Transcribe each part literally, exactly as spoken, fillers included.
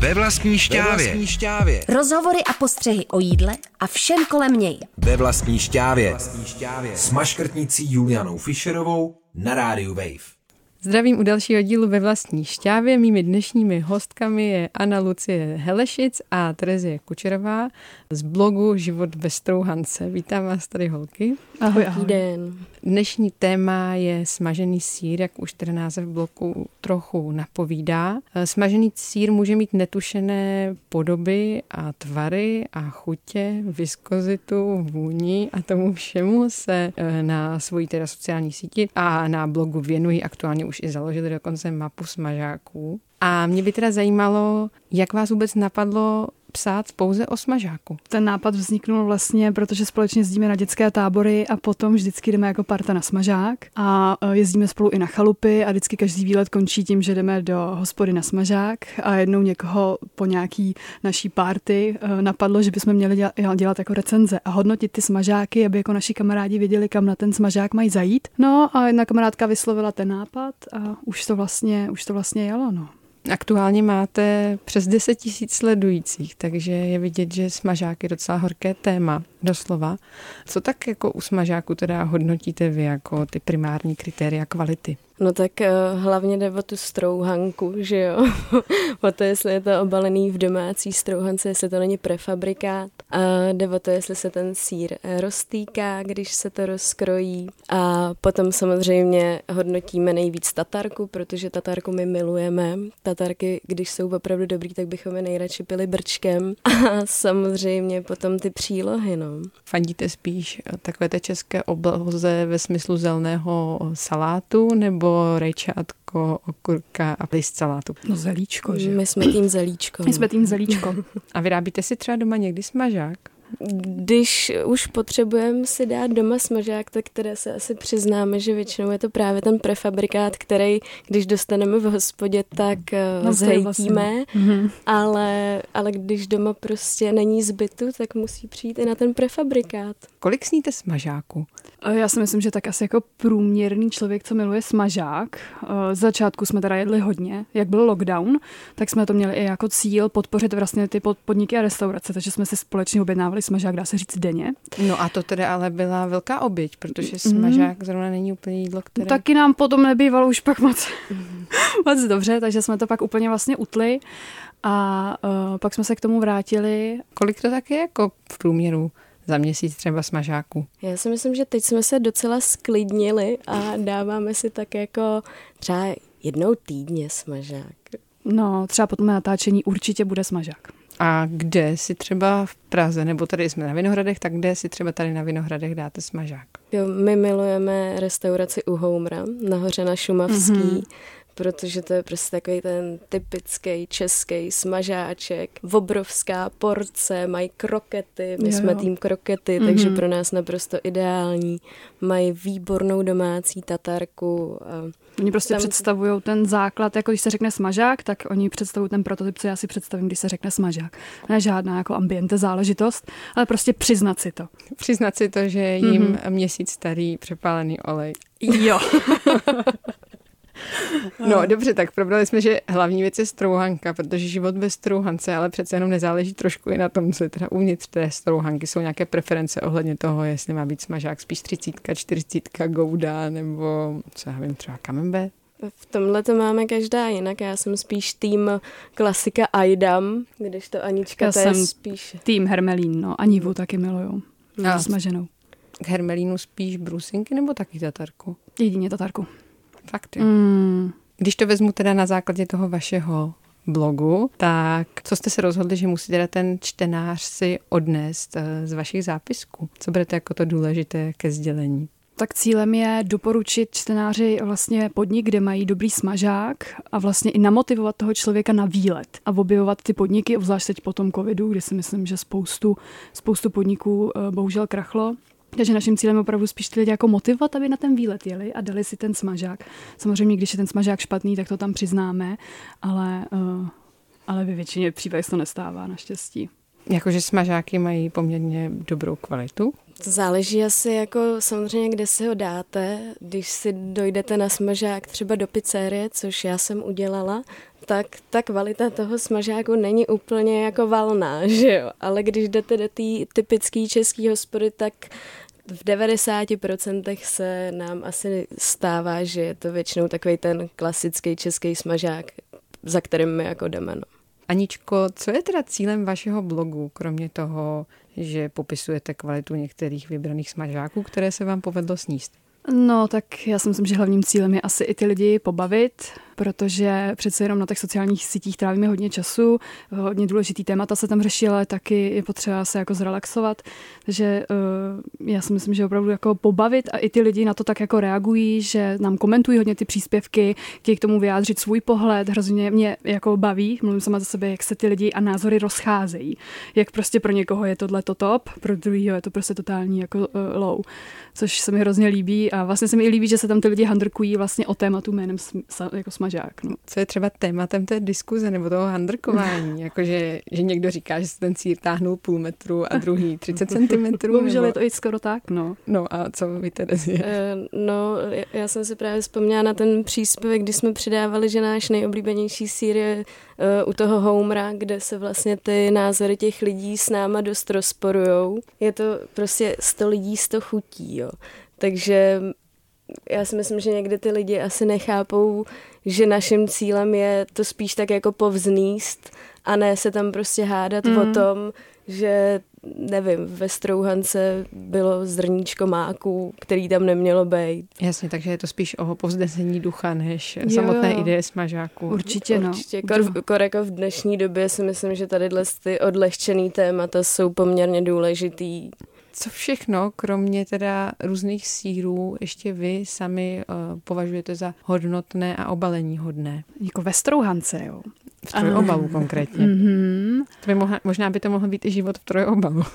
Ve vlastní štávě. Ve vlastní štávě. Rozhovory a postřehy o jídle a všem kolem něj. Ve vlastní štávě. Vlastní štávě. S maškrtnicí Julianou Fischerovou na rádiu Wave. Zdravím u dalšího dílu Ve vlastní štávě. Mými dnešními hostkami je Anna Lucie Helešic a Terezie Kučerová z blogu Život ve Strouhance. Vítám vás tady, holky. Ahoj, ahoj. Den. Dnešní téma je smažený sýr, jak už ten název bloku trochu napovídá. Smažený sýr může mít netušené podoby a tvary a chutě, viskozitu, vůni a tomu všemu se na svojí teda sociální síti a na blogu věnují. Aktuálně už i založili dokonce mapu smažáků. A mě by teda zajímalo, jak vás vůbec napadlo psát pouze o smažáku. Ten nápad vzniknul vlastně, protože společně jezdíme na dětské tábory a potom vždycky jdeme jako parta na smažák a jezdíme spolu i na chalupy a vždycky každý výlet končí tím, že jdeme do hospody na smažák a jednou někoho po nějaký naší party napadlo, že bychom měli dělat, dělat jako recenze a hodnotit ty smažáky, aby jako naši kamarádi věděli, kam na ten smažák mají zajít. No a jedna kamarádka vyslovila ten nápad a už to vlastně, už to vlastně jelo, no. Aktuálně máte přes deset tisíc sledujících, takže je vidět, že smažák je docela horké téma, doslova. Co tak jako u smažáku teda hodnotíte vy jako ty primární kritéria kvality? No tak uh, hlavně jde o tu strouhanku, že jo? O to, jestli je to obalený v domácí strouhance, jestli to není prefabrikát. A jde o to, jestli se ten sýr roztýká, když se to rozkrojí. A potom samozřejmě hodnotíme nejvíc tatarku, protože tatarku my milujeme. Tatarky, když jsou opravdu dobrý, tak bychom je nejradši pili brčkem. A samozřejmě potom ty přílohy, no. Fandíte spíš takové té české obloze ve smyslu zeleného salátu, nebo rajčátko, okurka a list salátu? No zelíčko, že? My jsme tým zelíčko. My jsme tým zelíčko. A vyrábíte si třeba doma někdy smažák? Když už potřebujeme si dát doma smažák, tak teda se asi přiznáme, že většinou je to právě ten prefabrikát, který, když dostaneme v hospodě, tak no, zhejtíme, vlastně. ale, ale když doma prostě není zbytu, tak musí přijít i na ten prefabrikát. Kolik sníte smažáku? Já si myslím, že tak asi jako průměrný člověk, co miluje smažák. Z začátku jsme teda jedli hodně. Jak byl lockdown, tak jsme to měli i jako cíl podpořit vlastně ty podniky a restaurace, takže jsme si společně objednávali smažák, dá se říct, denně. No a to teda ale byla velká oběť, protože smažák mm. zrovna není úplně jídlo, které... Taky nám potom nebývalo už pak moc, mm. moc dobře, takže jsme to pak úplně vlastně utli a uh, pak jsme se k tomu vrátili. Kolik to tak je jako v průměru za měsíc třeba smažáku? Já si myslím, že teď jsme se docela sklidnili a dáváme si tak jako třeba jednou týdně smažák. No, třeba potom na natáčení určitě bude smažák. A kde si třeba v Praze, nebo tady jsme na Vinohradech, tak kde si třeba tady na Vinohradech dáte smažák? Jo, my milujeme restauraci U Houmra, nahoře na Šumavský, mm-hmm. protože to je prostě takový ten typický český smažáček, obrovská porce, mají krokety, my jo. jsme tým krokety, mm-hmm. takže pro nás naprosto ideální. Mají výbornou domácí tatarku. Oni prostě tam... představují ten základ, jako když se řekne smažák, tak oni představují ten prototyp, co já si představím, když se řekne smažák. Ne žádná jako ambiente záležitost, ale prostě přiznat si to. Přiznat si to, že jim mm-hmm. měsíc starý přepálený olej. Jo. No dobře, tak probrali jsme, že hlavní věc je strouhanka, protože život bez strouhance, ale přece jenom nezáleží trošku i na tom, co je teda uvnitř té strouhanky. Jsou nějaké preference ohledně toho, jestli má být smažák spíš třicítka, čtyřicítka, gouda, nebo co já vím, třeba camembert? V tomhle to máme každá jinak. Já jsem spíš tým klasika Ajdam, když to Anička, já to je jsem spíš... tým Hermelín, no. Anivu taky milujou. No. Smaženou. K hermelínu spíš brusinky nebo taky tatarku? Jedině tatarku. Fakt jo. Mm. Když to vezmu teda na základě toho vašeho blogu, tak co jste se rozhodli, že musí teda ten čtenář si odnést z vašich zápisků? Co berete jako to důležité ke sdělení? Tak cílem je doporučit čtenáři vlastně podnik, kde mají dobrý smažák a vlastně i namotivovat toho člověka na výlet a objevovat ty podniky, obzvlášť teď po tom covidu, kdy si myslím, že spoustu, spoustu podniků bohužel krachlo. Takže naším cílem je opravdu spíš ty lidi jako motivovat, aby na ten výlet jeli a dali si ten smažák. Samozřejmě, když je ten smažák špatný, tak to tam přiznáme, ale, uh, ale ve většině případů se to nestává, naštěstí. Jakože smažáky mají poměrně dobrou kvalitu? Záleží asi jako samozřejmě, kde si ho dáte. Když si dojdete na smažák třeba do pizzerie, což já jsem udělala, tak ta kvalita toho smažáku není úplně jako valná, že jo? Ale když jdete do té typické české hospody, tak v devadesáti procentech se nám asi stává, že je to většinou takový ten klasický český smažák, za kterým my jako jdeme. No. Aničko, co je teda cílem vašeho blogu, kromě toho, že popisujete kvalitu některých vybraných smažáků, které se vám povedlo sníst? No, tak já si myslím, že hlavním cílem je asi i ty lidi pobavit, protože přece jenom na těch sociálních sítích trávíme hodně času, hodně důležitý témata se tam řeší, ale taky je potřeba se jako zrelaxovat. Takže uh, já si myslím, že opravdu jako pobavit a i ty lidi na to tak jako reagují, že nám komentují hodně ty příspěvky, chtějí k tomu vyjádřit svůj pohled, hrozně mě jako baví, mluvím sama za sebe, jak se ty lidi a názory rozcházejí. Jak prostě pro někoho je tohle to top, pro druhýho je to prostě totální jako uh, low, což se mi hrozně líbí a vlastně se mi i líbí, že se tam ty lidi handrkují vlastně o tématu jménem sm- jako smažák. No. Co je třeba tématem té diskuze nebo toho handrkování? Jakože, že někdo říká, že se ten sýr táhnul půl metru a druhý třicet centimetrů. Bohužel nebo... je to i skoro tak, no. No a co vy tedy je? Uh, no, já jsem si právě vzpomněla na ten příspěvek, kdy jsme přidávali, že náš nejoblíbenější sýr je uh, u toho Homera, kde se vlastně ty názory těch lidí s náma dost rozporujou. Je to prostě sto lidí, sto chutí, jo. Takže já si myslím, že někdy ty lidi asi nechápou, že naším cílem je to spíš tak jako povznést a ne se tam prostě hádat mm. o tom, že nevím, ve strouhance bylo zrníčko máku, který tam nemělo být. Jasně, takže je to spíš o povznesení ducha, než jo, samotné jo. ideje smažáku. Určitě, no. Určitě. Kor, kor jako v dnešní době si myslím, že tadyhle ty odlehčený témata jsou poměrně důležitý. Co všechno, kromě teda různých sýrů, ještě vy sami uh, považujete za hodnotné a obalení hodné? Jako ve strouhance, jo. V trojobalu konkrétně. Mm-hmm. To by mohla, možná by to mohl být i život v trojobalu.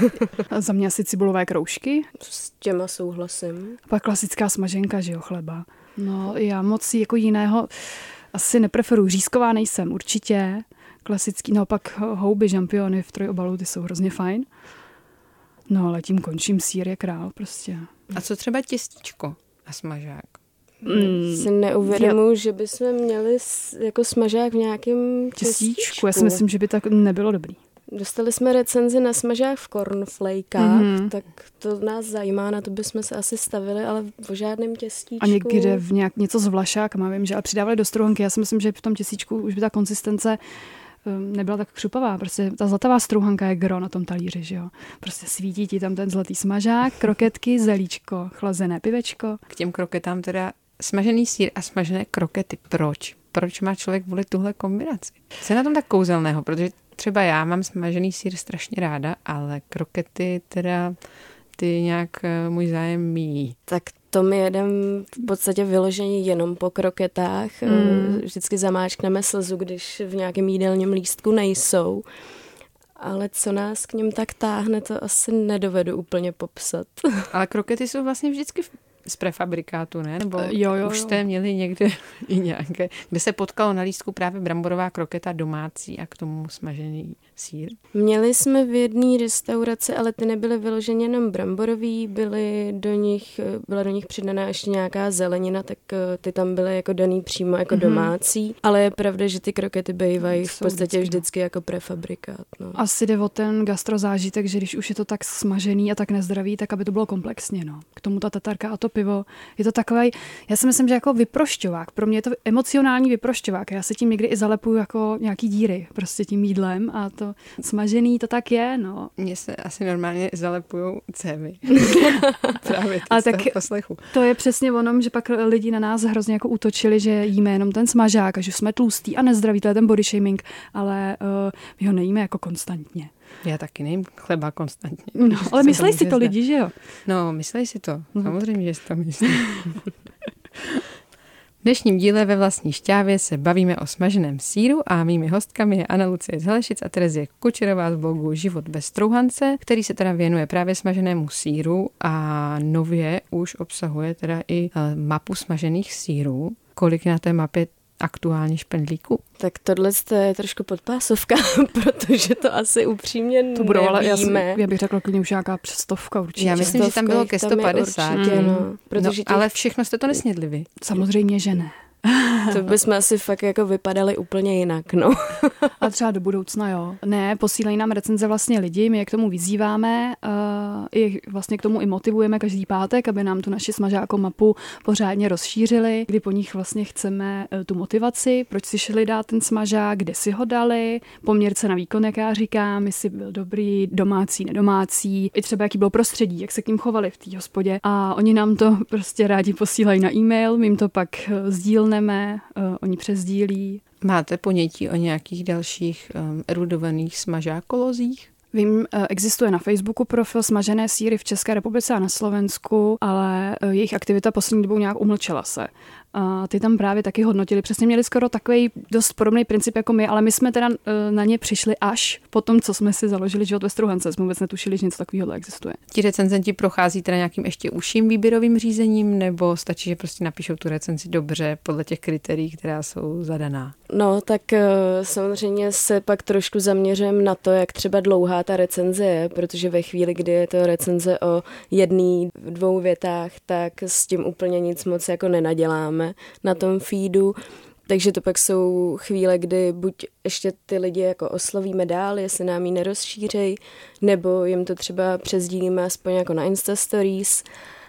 Za mě asi cibulové kroužky. S těma souhlasím. A pak klasická smaženka, že jo, chleba. No, já moc jako jiného asi nepreferuji. Řízková nejsem, určitě. Klasický, no pak houby, žampiony v trojobalu, ty jsou hrozně fajn. No, ale tím končím, sýr je král prostě. A co třeba těstíčko a smažák? Mm. Si neuvědomuji, že bychom měli jako smažák v nějakém těstíčku. těstíčku. Já si myslím, že by tak nebylo dobrý. Dostali jsme recenzi na smažák v cornflakách, mm-hmm. tak to nás zajímá, na to bychom se asi stavili, ale o žádném těstíčku. A někde v nějak, něco s vlašákama, vím, že ale přidávali do strouhanky. Já si myslím, že v tom těstíčku už by ta konsistence nebyla tak křupavá. Prostě ta zlatavá strouhanka je gro na tom talíři, že jo. Prostě svítí ti tam ten zlatý smažák, kroketky, zelíčko, chlazené pivečko. K těm kroketám teda smažený sýr a smažené krokety. Proč? Proč má člověk volit tuhle kombinaci? Co je na tom tak kouzelného? Protože třeba já mám smažený sýr strašně ráda, ale krokety teda ty nějak můj zájem míjí. Tak to my jedem v podstatě vyloženě jenom po kroketách. Mm. Vždycky zamáčkneme slzu, když v nějakém jídelním lístku nejsou. Ale co nás k něm tak táhne, to asi nedovedu úplně popsat. Ale krokety jsou vlastně vždycky z prefabrikátu, ne? Nebo jo, jo, už jo. jste měli někde i nějaké, kde se potkalo na lístku právě bramborová kroketa domácí a k tomu smažený sýr? Měli jsme v jedné restauraci, ale ty nebyly vyloženě jenom bramborový, byly do nich, byla do nich přidaná ještě nějaká zelenina, tak ty tam byly jako daný přímo jako mm-hmm. domácí, ale je pravda, že ty krokety bývají v podstatě vždycky, vždycky jako prefabrikát. No. Asi jde o ten gastrozážitek, že když už je to tak smažený a tak nezdravý, tak aby to bylo komplexně, no. K tomu ta tatarka a to pivo. Je to takový, já si myslím, že jako vyprošťovák. Pro mě je to emocionální vyprošťovák. Já se tím někdy i zalepuju jako nějaký díry prostě tím jídlem a to smažený to tak je, no. Mně se asi normálně zalepujou cévy. Právě to ale z toho tak poslechu. To je přesně ono, že pak lidi na nás hrozně jako útočili, že jíme jenom ten smažák a že jsme tlustý a nezdraví, to je ten body shaming, ale uh, my ho nejíme jako konstantně. Já taky nejím chleba konstantně. No, ale myslej si to lidi, že jo? No, myslej si to. Samozřejmě, že si to myslí. V dnešním díle Ve vlastní šťávě se bavíme o smaženém sýru a mými hostkami je Anna Lucie z Helešic a Terezie Kučerová z blogu Život ve strouhance, který se teda věnuje právě smaženému sýru a nově už obsahuje teda i mapu smažených sýrů. Kolik na té mapě aktuálně špendlíků? Tak tohle je trošku podpásovka, protože to asi upřímně to budou, ale já, nevíme. jsem, já bych řekla klidně už nějaká přes stovka určitě. Já myslím, že tam bylo ke sto padesát. Určitě, no, no, těch... Ale všechno jste to nesnědli vy? Samozřejmě, že ne. To bychom asi fakt jako vypadali úplně jinak, no. A třeba do budoucna, jo. Ne, posílají nám recenze vlastně lidi, my je k tomu vyzýváme, uh, i vlastně k tomu i motivujeme každý pátek, aby nám tu naši smažáko mapu pořádně rozšířili, kdy po nich vlastně chceme uh, tu motivaci, proč si šli dát ten smažák, kde si ho dali, poměr cena výkon, jak já říkám, jestli byl dobrý, domácí, nedomácí, i třeba jaký bylo prostředí, jak se k ním chovali v té hospodě. A oni nám to prostě rádi posílají na e-mail, my jim to pak uh, sdílneme, uh, oni přesdílí. Máte ponětí o nějakých dalších um, erudovaných smažákolozích? Vím, existuje na Facebooku profil Smažené sýry v České republice a na Slovensku, ale jejich aktivita poslední dobou nějak umlčela se. A ty tam právě taky hodnotili. Přesně měli skoro takový dost podobný princip jako my, ale my jsme teda na ně přišli až po tom, co jsme si založili život ve Strouhance. Jsme vůbec netušili, že něco takového existuje. Ti recenzenti prochází teda nějakým ještě užším výběrovým řízením, nebo stačí, že prostě napíšou tu recenzi dobře podle těch kritérií, která jsou zadaná? No, tak samozřejmě se pak trošku zaměřím na to, jak třeba dlouhá ta recenze je, protože ve chvíli, kdy je to recenze o jedné, dvou větách, tak s tím úplně nic moc jako nenaděláme na tom feedu. Takže to pak jsou chvíle, kdy buď ještě ty lidi jako oslovíme dál, jestli nám ji nerozšířej, nebo jim to třeba přesdílíme aspoň jako na Insta Stories,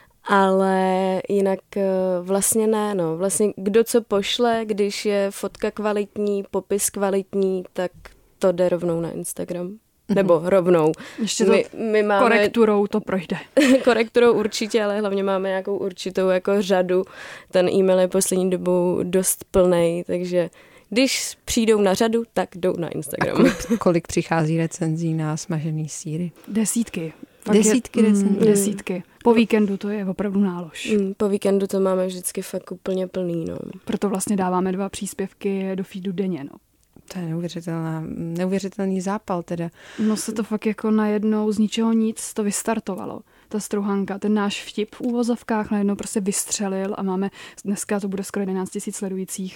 ale jinak vlastně ne, no. Vlastně kdo co pošle, když je fotka kvalitní, popis kvalitní, tak to jde rovnou na Instagram. Nebo rovnou. Ještě to my, my máme, korekturou to projde. Korekturou určitě, ale hlavně máme nějakou určitou jako řadu. Ten e-mail je poslední dobou dost plnej, takže když přijdou na řadu, tak jdou na Instagram. A kolik, kolik přichází recenzí na smažený sýry? Desítky. Fakt desítky je, recenzí? Mm, desítky. Po víkendu to je opravdu nálož. Mm, po víkendu to máme vždycky fakt úplně plný, no. Proto vlastně dáváme dva příspěvky do feedu denně, no. To je neuvěřitelná, neuvěřitelný zápal teda. No se to fakt jako najednou z ničeho nic to vystartovalo. Ta Strouhanka, ten náš vtip v úvozovkách najednou prostě vystřelil a máme, dneska to bude skoro jedenáct tisíc sledujících.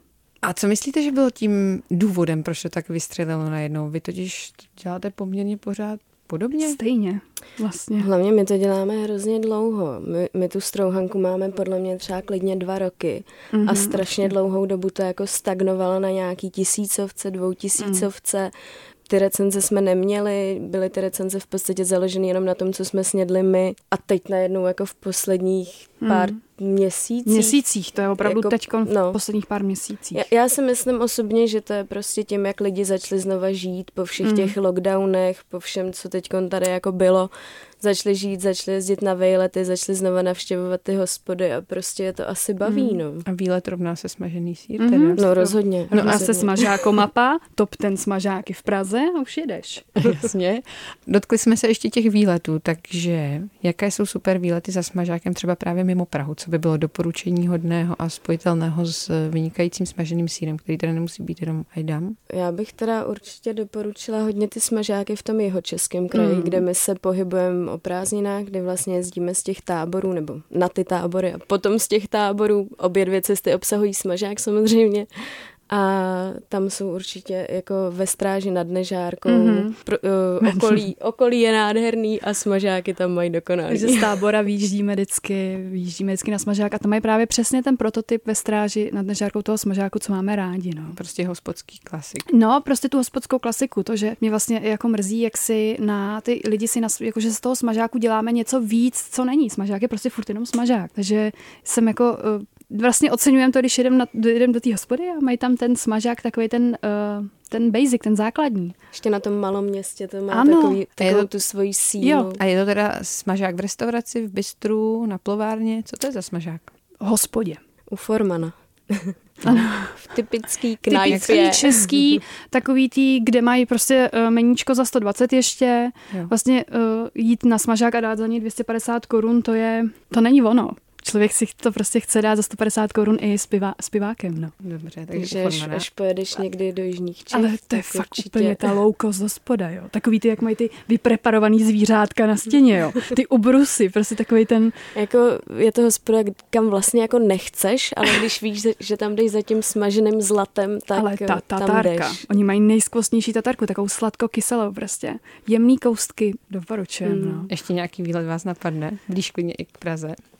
A co myslíte, že bylo tím důvodem, proč to tak vystřelilo najednou? Vy totiž děláte poměrně pořád podobně? Stejně, vlastně. Hlavně my to děláme hrozně dlouho. My, my tu Strouhanku máme podle mě třeba klidně dva roky mm-hmm, a strašně vlastně. Dlouhou dobu to jako stagnovalo na nějaký tisícovce, dvoutisícovce. Mm. Ty recenze jsme neměli, byly ty recenze v podstatě založeny jenom na tom, co jsme snědli my a teď najednou jako v posledních pár mm. měsících. Měsících, to je opravdu jako, teď v no. posledních pár měsících. Já, já si myslím osobně, že to je prostě tím, jak lidi začali znova žít po všech mm. těch lockdownech, po všem, co teď tady jako bylo. Začali žít, začali jezdit na vejlety, začali znova navštěvovat ty hospody a prostě je to asi baví, mm. no. A výlet rovná se smažený sýr mm-hmm. teda? No rozhodně. No rozhodně. a se smažáko mapa, top ten smažáky v Praze a už jedeš. Jasně. Dotkli jsme se ještě těch výletů, takže jaké jsou super výlety za smažákem třeba právě mimo Prahu? Co by bylo doporučení hodného a spojitelného s vynikajícím smaženým sýrem, který teda nemusí být jenom ajdam? Já bych teda určitě doporučila hodně ty smažáky v tom jihočeském kraji, mm. kde my se pohybujeme o prázdninách, kde vlastně jezdíme z těch táborů nebo na ty tábory a potom z těch táborů obě dvě cesty obsahují smažák samozřejmě. A tam jsou určitě jako ve Stráži nad Nežárkou. Mm-hmm. Pro, uh, okolí, okolí je nádherný a smažáky tam mají dokonalý. Takže z tábora výjíždíme vždycky, výjíždíme vždycky na smažák a tam mají právě přesně ten prototyp ve Stráži nad Nežárkou toho smažáku, co máme rádi. No. Prostě hospodský klasik. No, prostě tu hospodskou klasiku, to, že mě vlastně jako mrzí, jak si na ty lidi si, na, jako, že z toho smažáku děláme něco víc, co není. Smažák je prostě furt jenom smažák. Takže jsem jako... Uh, Vlastně oceňujeme to, když jedem, na, jedem do té hospody a mají tam ten smažák, takový ten, uh, ten basic, ten základní. Ještě na tom malom městě to má ano, takový, takovou to, tu svoji sílu. Jo. A je to teda smažák v restauraci, v bistru, na plovárně? Co to je za smažák? V hospodě. U Formana. V typický knajpě. Typický český, takový tý, kde mají prostě uh, meníčko za sto dvacet ještě. Jo. Vlastně uh, jít na smažák a dát za něj dvě stě padesát korun, to je, to není ono. Člověk si to prostě chce dát za sto padesát korun i s, piva, s pivákem, no. Dobře, takže až, až pojedeš někdy do jižních Čech. Ale to je fakt určitě úplně ta low cost hospoda, jo. Takový ty, jak mají ty vypreparovaný zvířátka na stěně, jo. Ty ubrusy, prostě takový ten... Jako je to hospoda, kam vlastně jako nechceš, ale když víš, že tam jdeš za tím smaženým zlatem, tak ale ta tam jdeš. Oni mají nejskvostnější tatarku, takovou sladko-kyselou prostě. Jemný koustky, doporučujem, hmm. no. Ještě nějaký výlet vás napadne? Blíž klidně i k Praze.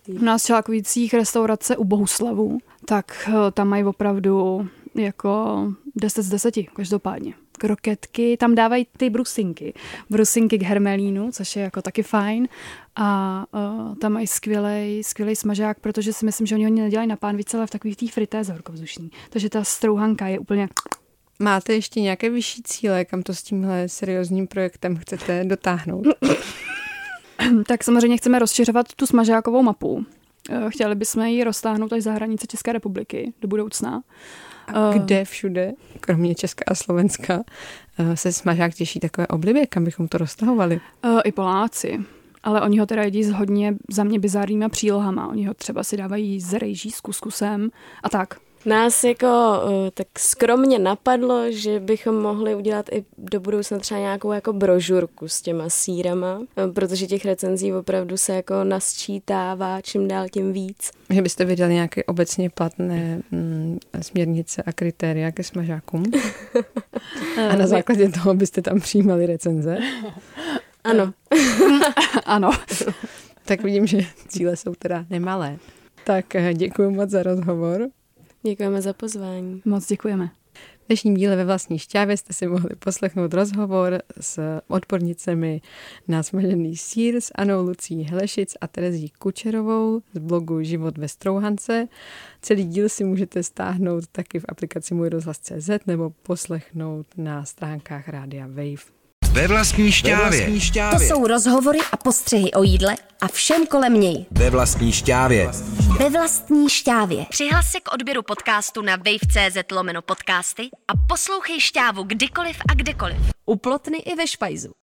U nás v Čelákovicích restaurace u Bohuslavu, tak tam mají opravdu jako deset z deseti, každopádně. Kroketky, tam dávají ty brusinky. Brusinky k hermelínu, což je jako taky fajn. A uh, tam mají skvělej, skvělej smažák, protože si myslím, že oni ho nedělají na pánvice, ale v takových té fritéze horkovzdušný. Takže ta strouhanka je úplně... Máte ještě nějaké vyšší cíle, kam to s tímhle seriózním projektem chcete dotáhnout? Tak samozřejmě chceme rozšiřovat tu smažákovou mapu. Chtěli bychom ji roztáhnout až za hranice České republiky do budoucna. A kde všude, kromě Česka a Slovenska, se smažák těší takové oblibě, kam bychom to roztahovali? I Poláci. Ale oni ho teda jedí s hodně za mě bizárníma přílohama. Oni ho třeba si dávají z rejží s kuskusem a tak. Nás jako tak skromně napadlo, že bychom mohli udělat i do budoucna třeba nějakou jako brožurku s těma sýrama, protože těch recenzí opravdu se jako nasčítává čím dál tím víc. Že byste vydali nějaké obecně platné mm, směrnice a kritéria ke smažákům? A na základě toho byste tam přijímali recenze? Ano. Ano. Tak vidím, že cíle jsou teda nemalé. Tak děkuji moc za rozhovor. Děkujeme za pozvání. Moc děkujeme. V dnešním díle Ve vlastní šťávě jste si mohli poslechnout rozhovor s odbornicemi na smažený sýr s Anou Lucí Helešic a Terezí Kučerovou z blogu Život ve Strouhance. Celý díl si můžete stáhnout taky v aplikaci Můj rozhlas tečka cé zet nebo poslechnout na stránkách Rádia Wave. Ve vlastní šťávě. To jsou rozhovory a postřehy o jídle a všem kolem něj. Ve vlastní šťávě. Ve vlastní šťávě. Přihlas se k odběru podcastu na wave tečka cé zet lomeno podcasty a poslouchej Šťávu kdykoliv a kdekoliv. U Plotny i ve Špajzu.